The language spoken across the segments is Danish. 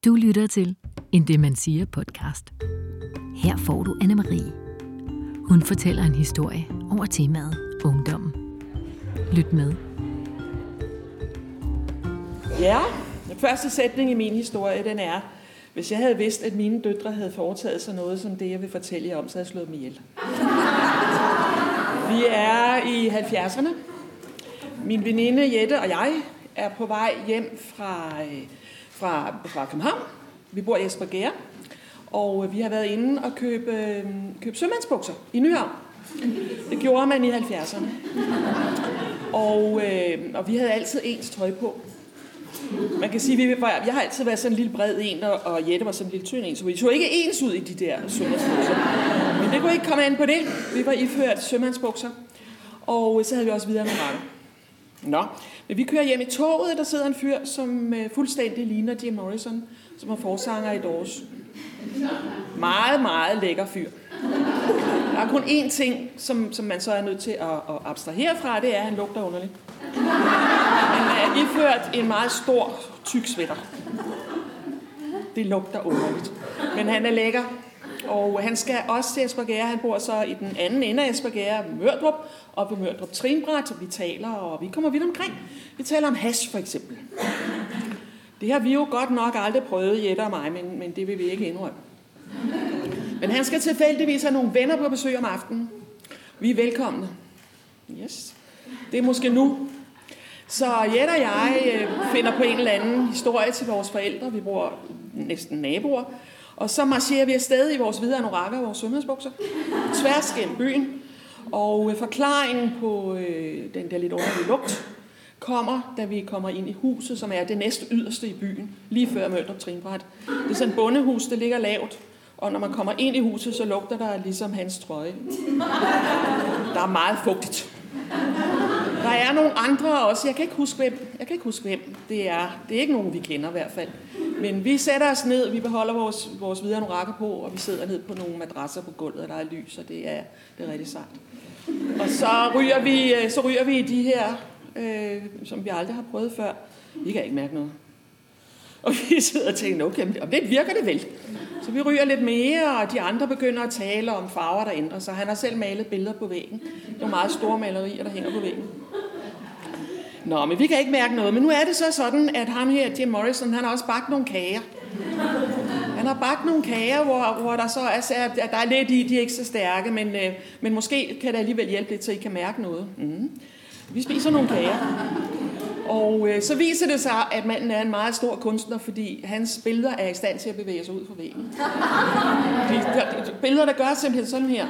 Du lytter til en Det man siger podcast. Her får du Anne-Marie. Hun fortæller en historie over temaet ungdommen. Lyt med. Ja, den første sætning i min historie, den er: hvis jeg havde vidst, at mine døtre havde foretaget sig noget som det, jeg vil fortælle jer om, så havde jeg slået dem ihjel. Vi er i 70'erne. Min veninde Jette og jeg er på vej hjem fra København. Vi bor i Espergærde, og vi har været inde og købe sømandsbukser i Nyhavn. Det gjorde man i 70'erne. Og vi havde altid ens tøj på. Man kan sige, jeg har altid været sådan en lille bred en, og Jette var sådan en lille tynd en, så vi tog ikke ens ud i de der sømandsbukser. Men det kunne ikke komme an på det. Vi var iført sømandsbukser, og så havde vi også videre med mange. Nå, men vi kører hjem i toget, der sidder en fyr, som fuldstændig ligner Jim Morrison, som er forsanger i Doors. Meget, meget lækker fyr. Der er kun én ting, som man så er nødt til at abstrahere fra, det er, at han lugter underligt. Han er iført en meget stor, tyk sweater. Det lugter underligt. Men han er lækker. Og han skal også til Espergærde. Han bor så i den anden ende af Espergærde, Mørdrup, og på Mørdrup Trinbræt, og vi taler, og vi kommer vidt omkring. Vi taler om hash, for eksempel. Det har vi jo godt nok aldrig prøvet, Jette og mig, men det vil vi ikke indrømme. Men han skal tilfældigvis have nogle venner på besøg om aftenen. Vi er velkomne. Yes. Det er måske nu. Så Jette og jeg finder på en eller anden historie til vores forældre. Vi bor næsten naboer. Og så marcherer vi afsted i vores hvide anorakker og vores sømandsbukser. Tværs gennem byen. Og forklaringen på den der lidt underlige lugt kommer, da vi kommer ind i huset, som er det næste yderste i byen. Lige før Mørdrup Trinbræt. Det er sådan et bondehus, der ligger lavt. Og når man kommer ind i huset, så lugter der ligesom hans trøje. Der er meget fugtigt. Der er nogle andre også. Jeg kan ikke huske hvem. Det er ikke nogen, vi kender i hvert fald. Men vi sætter os ned, vi beholder vores hvide anorakker på, og vi sidder ned på nogle madrasser på gulvet, og der er lys, og det er rigtig sejt. Og så ryger vi i de her, som vi aldrig har prøvet før. Vi kan ikke mærke noget. Og vi sidder og tænker, okay, om det virker det vel. Så vi ryger lidt mere, og de andre begynder at tale om farver, der ændrer sig. Han har selv malet billeder på væggen. Det er meget store malerier, der hænger på væggen. Nå, men vi kan ikke mærke noget. Men nu er det så sådan, at ham her, Jim Morrison, han har også bagt nogle kager. Han har bagt nogle kager, hvor der så er, der er lidt i, de er ikke så stærke, men måske kan det alligevel hjælpe lidt, så I kan mærke noget. Vi spiser nogle kager. Og så viser det sig, at manden er en meget stor kunstner, fordi hans billeder er i stand til at bevæge sig ud fra væggen. Billeder, der gør simpelthen sådan her,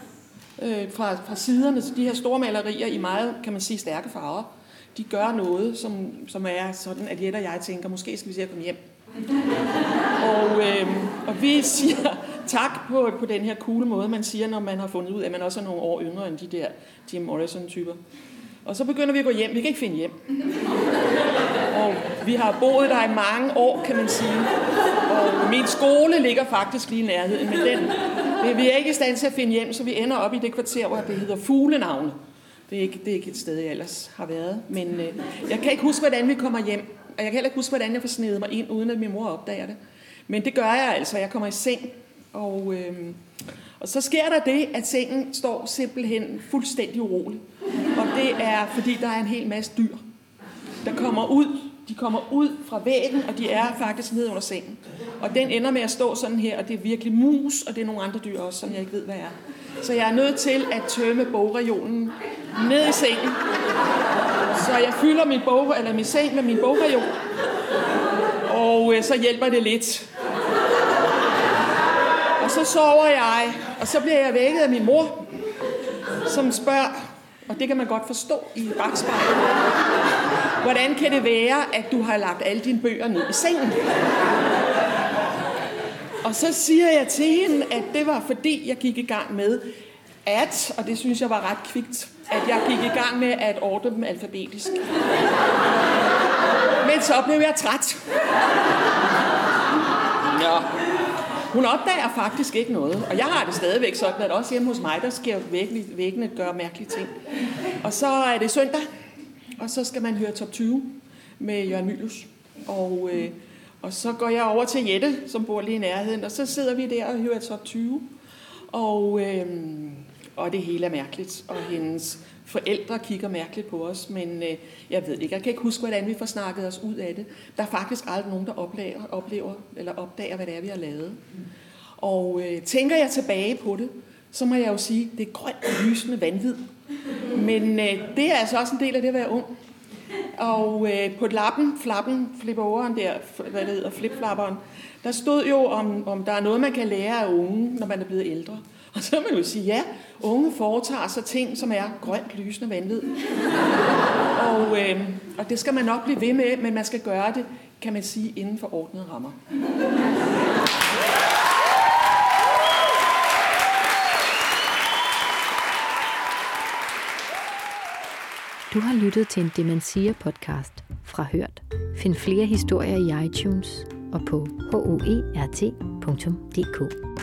fra siderne, så de her store malerier i meget, kan man sige, stærke farver, de gør noget, som er sådan, at Jette og jeg tænker, måske skal vi se at komme hjem. Og vi siger tak på den her cool måde, man siger, når man har fundet ud af, at man også er nogle år yngre end de der Jim Morrison-typer. Og så begynder vi at gå hjem. Vi kan ikke finde hjem. Og vi har boet der i mange år, kan man sige. Og min skole ligger faktisk lige i nærheden, men vi er ikke i stand til at finde hjem, så vi ender op i det kvarter, hvor det hedder Fuglenavne. Det er ikke et sted, jeg ellers har været. Men jeg kan ikke huske, hvordan vi kommer hjem. Og jeg kan heller ikke huske, hvordan jeg får snedet mig ind, uden at min mor opdager det. Men det gør jeg altså. Jeg kommer i seng, og så sker der det, at sengen står simpelthen fuldstændig urolig. Og det er, fordi der er en hel masse dyr, der kommer ud. De kommer ud fra væggen, og de er faktisk nede under sengen. Og den ender med at stå sådan her, og det er virkelig mus, og det er nogle andre dyr også, som jeg ikke ved, hvad er. Så jeg er nødt til at tømme bogreolen ned i sengen. Så jeg fylder min seng med min bogreol, og så hjælper det lidt. Og så sover jeg, og så bliver jeg vækket af min mor, som spørger, og det kan man godt forstå i bakspejlet, hvordan kan det være, at du har lagt alle dine bøger ned i sengen? Og så siger jeg til hende, at det var fordi, jeg gik i gang med og det synes jeg var ret kvikt, at jeg gik i gang med at ordne dem alfabetisk. Men så blev jeg træt. Ja. Hun opdager faktisk ikke noget, og jeg har det stadigvæk sådan, at også hjemme hos mig, der sker væggene gøre mærkelige ting. Og så er det søndag, og så skal man høre Top 20 med Jørgen Mylius. Og Og så går jeg over til Jette, som bor lige i nærheden, og så sidder vi der og hører top 20. Og det hele er mærkeligt, og hendes forældre kigger mærkeligt på os, men jeg ved ikke, jeg kan ikke huske, hvordan vi får snakket os ud af det. Der er faktisk aldrig nogen, der opdager, hvad det er, vi har lavet. Og tænker jeg tilbage på det, så må jeg jo sige, det er grønt og lysende vanvid. Men det er altså også en del af det at være ung. Og på flip-overen der, hvad det hedder, flip-flapperen, der stod jo, om der er noget, man kan lære af unge, når man er blevet ældre. Og så vil man jo sige, ja, unge foretager sig ting, som er grønt, lysende vanvid. Og det skal man nok blive ved med, men man skal gøre det, kan man sige, inden for ordnede rammer. Du har lyttet til en Demensia-podcast fra Hørt. Find flere historier i iTunes og på hoert.dk.